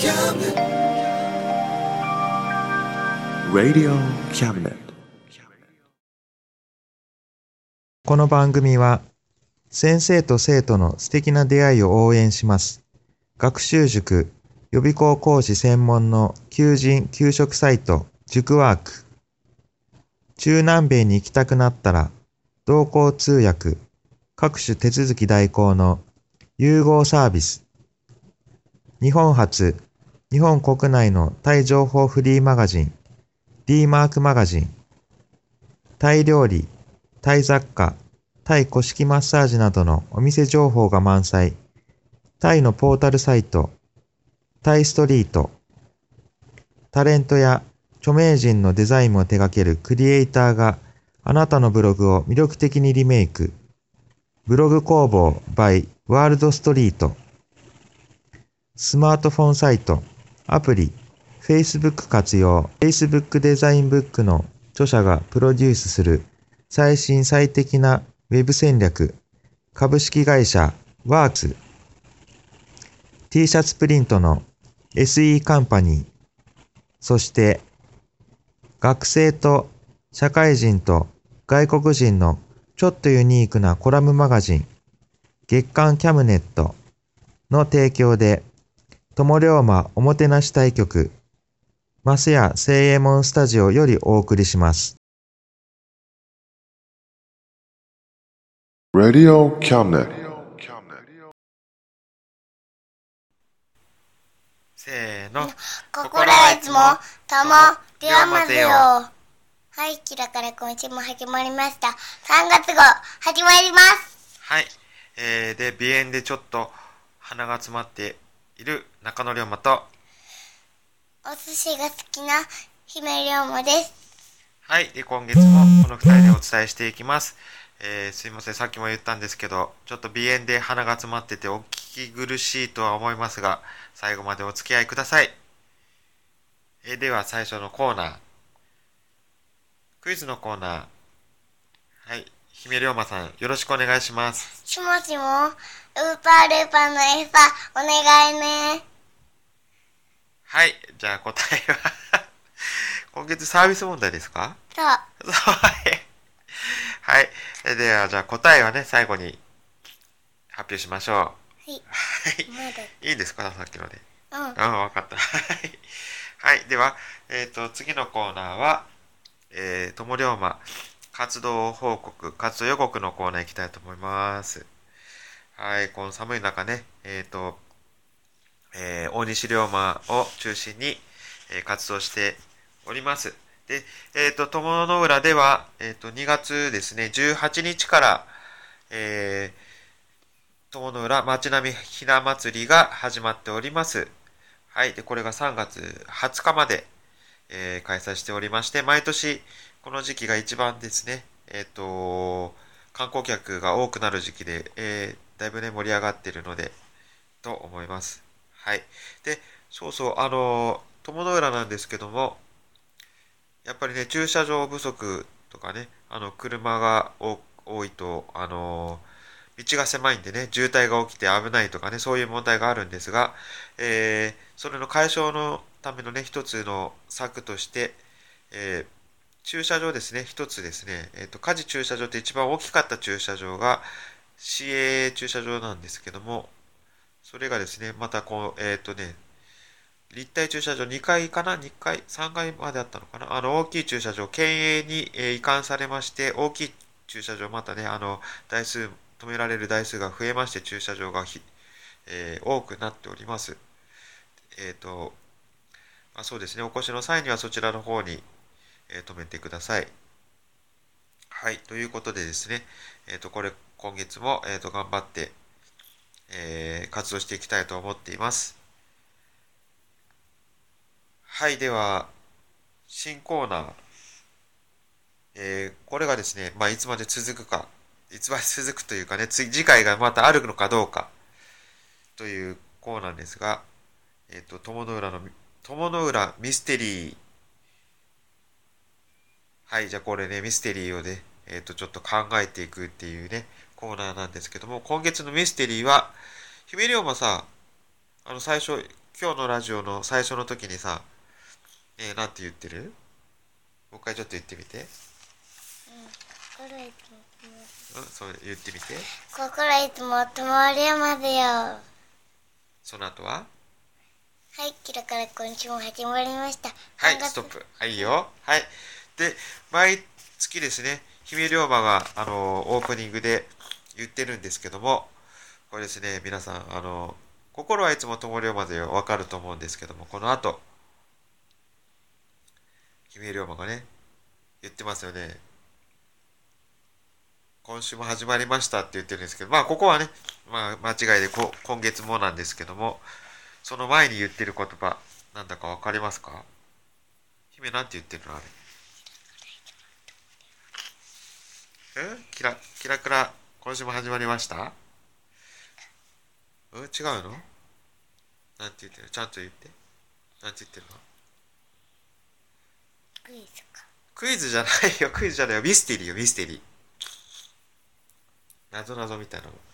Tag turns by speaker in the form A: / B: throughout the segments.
A: Radio Cabinet。
B: この番組は先生と生徒の素敵な出会いを応援します。学習塾予備校講師専門の求人・給食サイト塾ワーク。中南米に行きたくなったら同行通訳各種手続き代行の融合サービス。日本初日本国内のタイ情報フリーマガジン D マークマガジン。タイ料理、タイ雑貨、タイ古式マッサージなどのお店情報が満載。タイのポータルサイト、タイストリート。タレントや著名人のデザインも手掛けるクリエイターがあなたのブログを魅力的にリメイク。ブログ工房 by ワールドストリート。スマートフォンサイト、アプリ、Facebook 活用。Facebook デザインブックの著者がプロデュースする最新最適なウェブ戦略。株式会社ワークス。T シャツプリントの SE カンパニー。そして学生と社会人と外国人のちょっとユニークなコラムマガジン月刊キャムネットの提供で友龍馬おもてなし対局増屋清右衛門スタジオよりお送りします。
A: Radio Cabinet。
B: せーの。
C: 心はいつも友龍馬ぜよ。はい、キラから今週も始まりました。3月号始まります。
B: はい、で鼻炎でちょっと鼻が詰まっている中野龍馬と
C: お寿司が好きな姫龍馬です。
B: はい、で今月もこの2人でお伝えしていきます。すいません、さっきも言ったんですけどちょっと鼻炎で鼻が詰まっててお聞き苦しいとは思いますが最後までお付き合いください。では最初のコーナー、クイズのコーナー。はい、姫龍馬さんよろしくお願いします。
C: しもしも、ウーパールーパーの餌お願いね。
B: はい、じゃあ答えは今月サービス問題ですか？
C: そう。
B: はい、ではじゃあ答えはね最後に発表しましょう。
C: はい。
B: いいですか、さっきので。
C: うん。
B: 分かった。はい、では、次のコーナーは、友龍馬活動報告、活動予告のコーナー行きたいと思います。はい、この寒い中ね、大西龍馬を中心に、活動しております。で、友の浦では、2月ですね、18日から、友の浦町並みひな祭りが始まっております。はい、でこれが3月20日まで、開催しておりまして、毎年この時期が一番ですね、観光客が多くなる時期で、だいぶね盛り上がっているのでと思います。はい、でそうそう友の浦なんですけども、やっぱりね駐車場不足とかね、車が多いと道が狭いんでね渋滞が起きて危ないとかね、そういう問題があるんですが、それの解消のためのね一つの策として、駐車場ですね、一つですね、家事駐車場って一番大きかった駐車場が市営駐車場なんですけども、それがですねまたこう立体駐車場2階かな、2階3階まであったのかな、大きい駐車場県営に、移管されまして、大きい駐車場またね台数止められる台数が増えまして、駐車場が多くなっております。そうですね、お越しの際にはそちらの方に、止めてください。はい、ということでですね、今月も、頑張って、活動していきたいと思っています。はい、では新コーナー、これがですね、いつまで続くか、いつまで続くというかね、次回がまたあるのかどうかというコーナーですが、友の浦ミステリー。はい、じゃあこれねミステリーをね、ちょっと考えていくっていうねコーナーなんですけども、今月のミステリーは、姫龍馬さ、最初今日のラジオの最初の時にさ、なんて言ってる？もう一回ちょっと言ってみて。そう言ってみて。
C: 心いつもともり山だよ。
B: その後は？
C: はい、キラから今週も始まりました。
B: はい、ストップ。はい、いいよ。はい。で、毎月ですね、姫龍馬が、オープニングで言ってるんですけども、これですね、皆さん、心はいつも友龍馬でわかると思うんですけども、この後、姫龍馬がね、言ってますよね。今週も始まりましたって言ってるんですけど、まあ、ここはね、まあ、間違いで今月もなんですけども、その前に言ってる言葉、なんだかわかりますか？姫なんて言ってるのあれ。キラクラ、今週も始まりました？違うの？なんて言ってる？ちゃんと言って。なんて言ってるの？
C: クイズか。
B: クイズじゃないよ、クイズじゃないよ。ミステリーよ、ミステリー。なぞなぞみたいなの。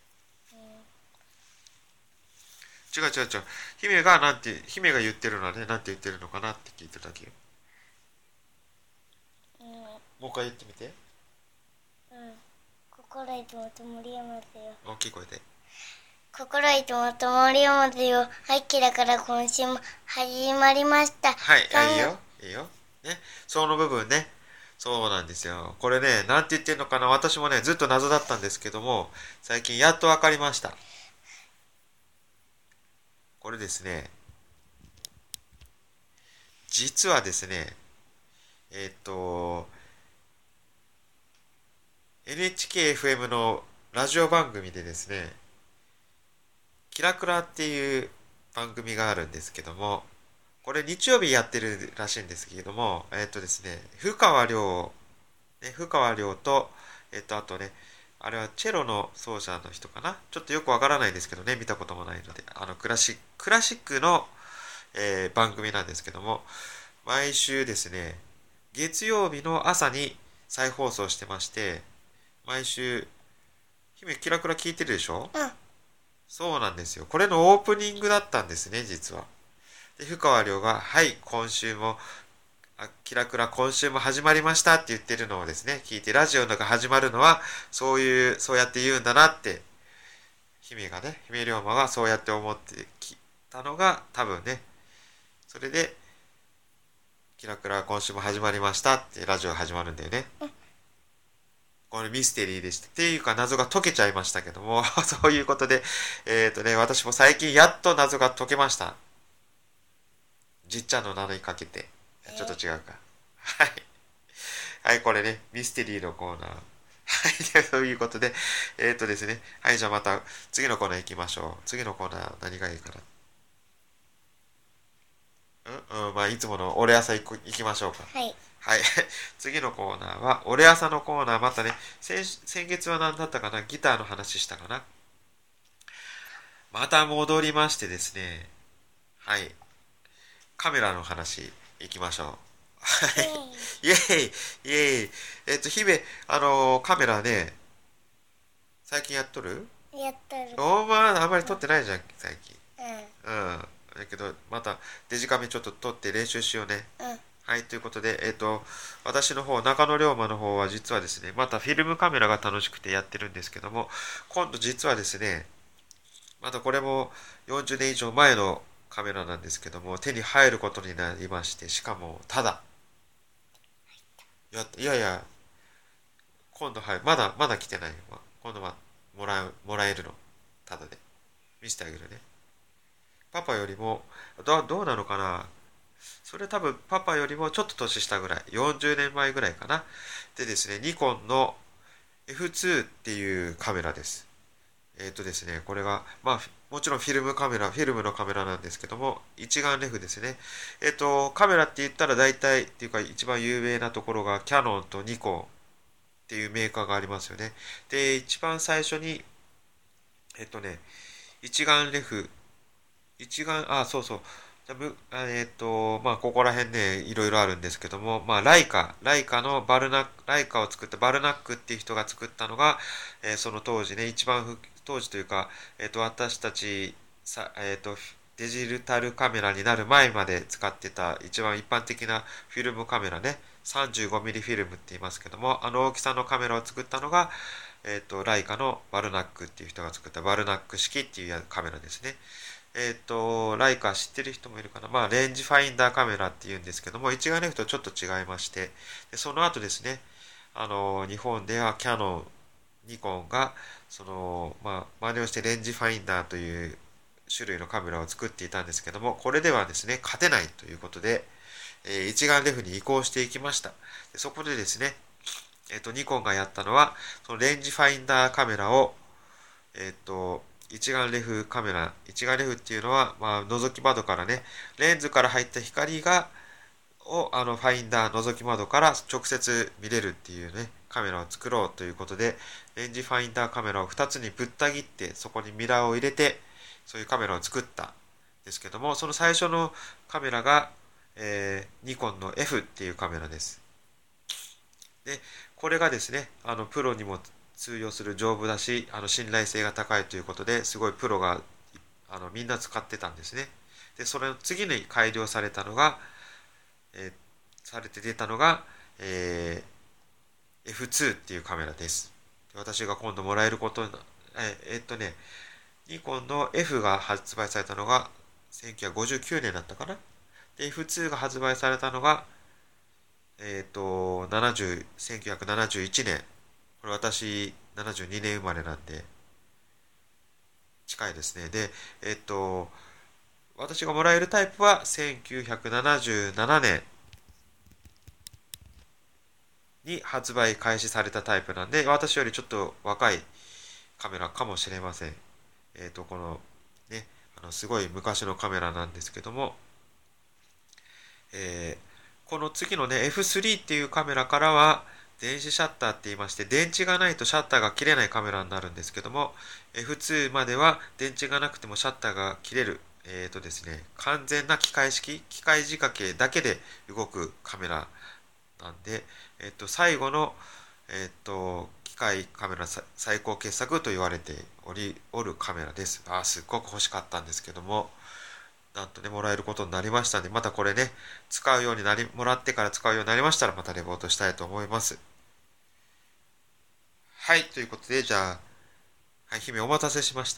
B: 違う。姫が言ってるのはね、なんて言ってるのかなって聞いてただけよ。もう一回言ってみて。
C: 心いつもともり山だよ。
B: 大きい声で。
C: 心いつもともり山だよ。はい、キラから今週も始まりました。
B: はい、いいよ、いいよ。ね、その部分ね。そうなんですよ。これね、なんて言ってるのかな。私もね、ずっと謎だったんですけども、最近やっとわかりました。これですね、実はですね、NHKFM のラジオ番組でですね、キラクラっていう番組があるんですけども、これ日曜日やってるらしいんですけども、ですね、深川亮と、あとね、あれはチェロの奏者の人かな、ちょっとよくわからないですけどね、見たこともないので、クラシックの、番組なんですけども、毎週ですね、月曜日の朝に再放送してまして、毎週、姫キラクラ聞いてるでしょ？そうなんですよ。これのオープニングだったんですね、実は。で、深川亮が、はい、キラクラ今週も始まりましたって言ってるのをですね、聞いて、ラジオが始まるのは、そうやって言うんだなって、姫龍馬がそうやって思ってきたのが、多分ね、それで、キラクラ今週も始まりましたってラジオが始まるんだよね。これミステリーでした。っていうか謎が解けちゃいましたけども、そういうことで、私も最近やっと謎が解けました。じっちゃんの名にかけて。ちょっと違うか。はい。はい、これね、ミステリーのコーナー。はい、ということで、ですね。はい、じゃあまた次のコーナー行きましょう。次のコーナー何がいいかな。まあ、いつもの俺朝行きましょうか。
C: はい。
B: はい。次のコーナーは、俺朝のコーナー、またね、先月は何だったかな、ギターの話したかな。また戻りましてですね、はい。カメラの話、行きましょう。はい。イェイイェイ。姫、カメラね、最近やっとる？
C: やっとる。
B: あんまり撮ってないじゃん、最近。
C: う
B: だけど、また、デジカメちょっと撮って練習しようね。はい、ということで、私の方、中野龍馬の方は実はですね、またフィルムカメラが楽しくてやってるんですけども、今度実はですね、またこれも40年以上前のカメラなんですけども、手に入ることになりまして、しかも、ただ。いやいや、今度まだ来てないよ。今度はもらえるの。ただで。見せてあげるね。パパよりも、どうなのかな。それ多分パパよりもちょっと年下ぐらい。40年前ぐらいかな。でですね、ニコンの F2 っていうカメラです。ですね、これが、まあ、もちろんフィルムのカメラなんですけども、一眼レフですね。カメラって言ったら大体、っていうか一番有名なところが、キヤノンとニコンっていうメーカーがありますよね。で、一番最初に、一眼レフ、そうそう。まあ、ここら辺ね、いろいろあるんですけども、まあ、ライカを作ったバルナックっていう人が作ったのが、その当時ね、当時というか、私たちデジタルカメラになる前まで使ってた一番一般的なフィルムカメラね、35mm フィルムって言いますけども、あの大きさのカメラを作ったのが、ライカのバルナックっていう人が作ったバルナック式っていうカメラですね。ライカ知ってる人もいるかな。レンジファインダーカメラっていうんですけども、一眼レフとちょっと違いまして、でその後ですね、日本ではキヤノン、ニコンが、真似をしてレンジファインダーという種類のカメラを作っていたんですけども、これではですね、勝てないということで、一眼レフに移行していきました。でそこでですね、ニコンがやったのは、そのレンジファインダーカメラを、一眼レフカメラ、一眼レフっていうのは、覗き窓からね、レンズから入った光をファインダー、覗き窓から直接見れるっていうね、カメラを作ろうということで、レンジファインダーカメラを2つにぶった切って、そこにミラーを入れて、そういうカメラを作ったんですけども、その最初のカメラが、ニコンの F っていうカメラです。で、これがですね、プロにも通用する丈夫だし、信頼性が高いということで、すごいプロがみんな使ってたんですね。で、それの次に改良されたのが、されて出たのが、F2 っていうカメラです。私が今度もらえることにニコンの F が発売されたのが1959年だったかな。で、F2 が発売されたのが、1971年。これ私、72年生まれなんで、近いですね。で、私がもらえるタイプは1977年に発売開始されたタイプなんで、私よりちょっと若いカメラかもしれません。このね、すごい昔のカメラなんですけども、この次のね F3 っていうカメラからは電子シャッターって言いまして、電池がないとシャッターが切れないカメラになるんですけども、 F2 までは電池がなくてもシャッターが切れるですね、完全な機械式、機械仕掛けだけで動くカメラなんで、最後の、機械カメラ最高傑作と言われておるカメラです。すっごく欲しかったんですけども、なんとね、もらえることになりましたので、またこれね、もらってから使うようになりましたら、またレポートしたいと思います。はい、ということで、じゃあ、はい、姫お待たせしました。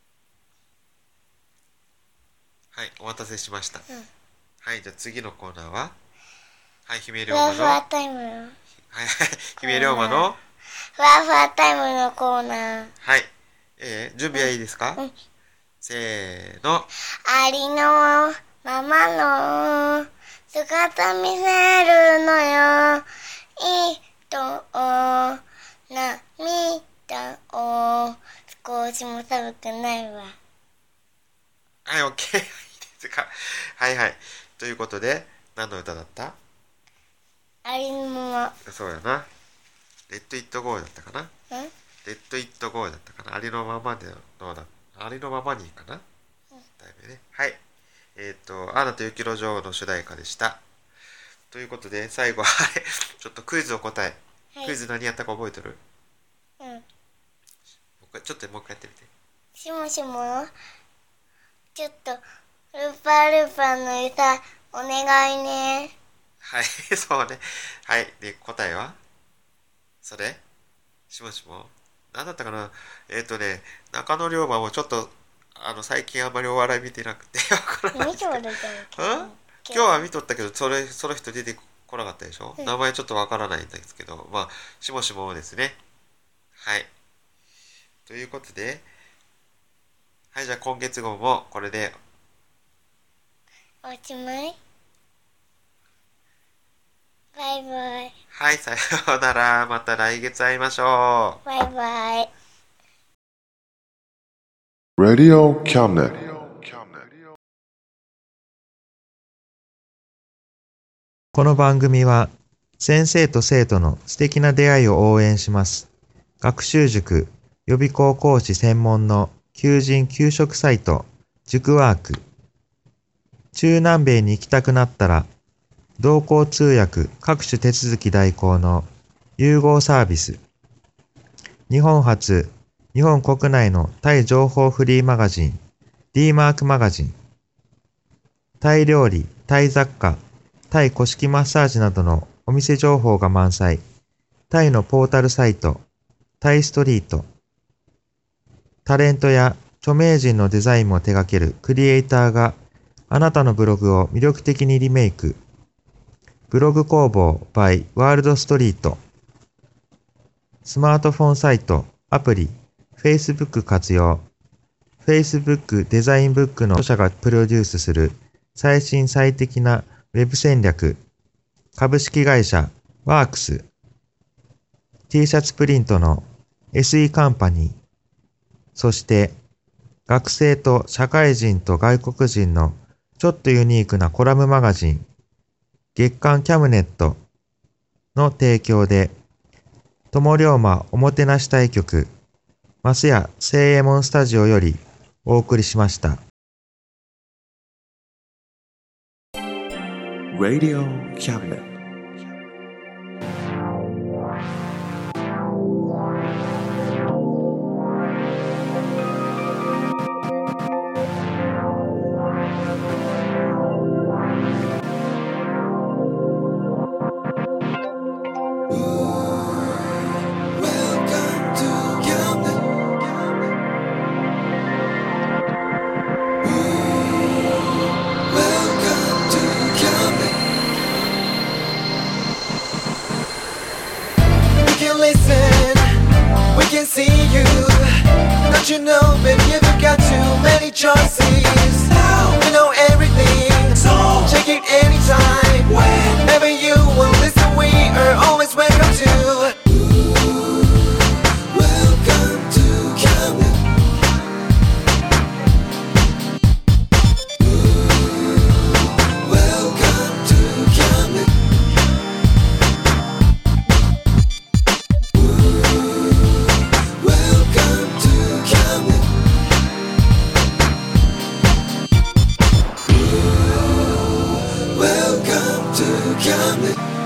B: はい、お待たせしました。はい、じゃあ次のコーナーは、はい、姫龍馬の、
C: ふわふわタイムの、
B: はい、姫龍馬の、
C: ふわふわタイムのコーナー。
B: はい、準備はいいですか？せーの。
C: ありのままの姿見せるのよ。糸を涙を少しも寒くないわ。
B: はい、OK。いいですか？はいはい。ということで、何の歌だった？
C: ありのまま。
B: そうやな。レッド・イット・ゴーだったかな？レッド・イット・ゴーだったかな？ありのままでどうだ？ありのままにいいかな？だいぶね。はい。アナと雪の女王の主題歌でした。ということで、最後、ちょっとクイズを答え。
C: はい、
B: クイズ何やったか覚えてる？ちょっともう一回やってみて。
C: しもしも、ちょっと、ルパルパの歌、お願いね。
B: はい、そうね。はい。で、答えはそれ？しもしも何だったかな？中野龍馬もちょっと、最近あんまりお笑い見てなくて、わからないですけど。今日は見とったけど、その人出てこなかったでしょ？名前ちょっとわからないんですけど、しもしもですね。はい。ということで、はい、じゃあ今月号もこれで
C: おしまい。バイバイ。
B: はい、さようなら。また来月会いましょう。
C: バイバイ。
A: Radio Cabinet.
B: この番組は先生と生徒の素敵な出会いを応援します。学習塾予備校講師専門の求人・求職サイト塾ワーク。中南米に行きたくなったら同行通訳各種手続き代行の融合サービス。日本初、日本国内のタイ情報フリーマガジン D マークマガジン。 タイ料理、タイ雑貨、タイ古式マッサージなどのお店情報が満載。タイのポータルサイト、タイストリート。タレントや著名人のデザインも手掛けるクリエイターがあなたのブログを魅力的にリメイク。ブログ工房 by ワールドストリート。スマートフォンサイト、アプリ、Facebook 活用。Facebook デザインブックの著者がプロデュースする最新最適なウェブ戦略。株式会社ワークス。T シャツプリントの SE カンパニー。そして学生と社会人と外国人のちょっとユニークなコラムマガジン月刊キャムネットの提供で友龍馬おもてなし対局増屋正右衛門スタジオよりお送りしました。
A: Radio Cabinet.
D: You know, baby, you've got too many choices. You know everything, so check it anytime. Whenever you will listen, we are always welcome to. Welcome to Camden. Welcome to Camden. Welcome to Camden.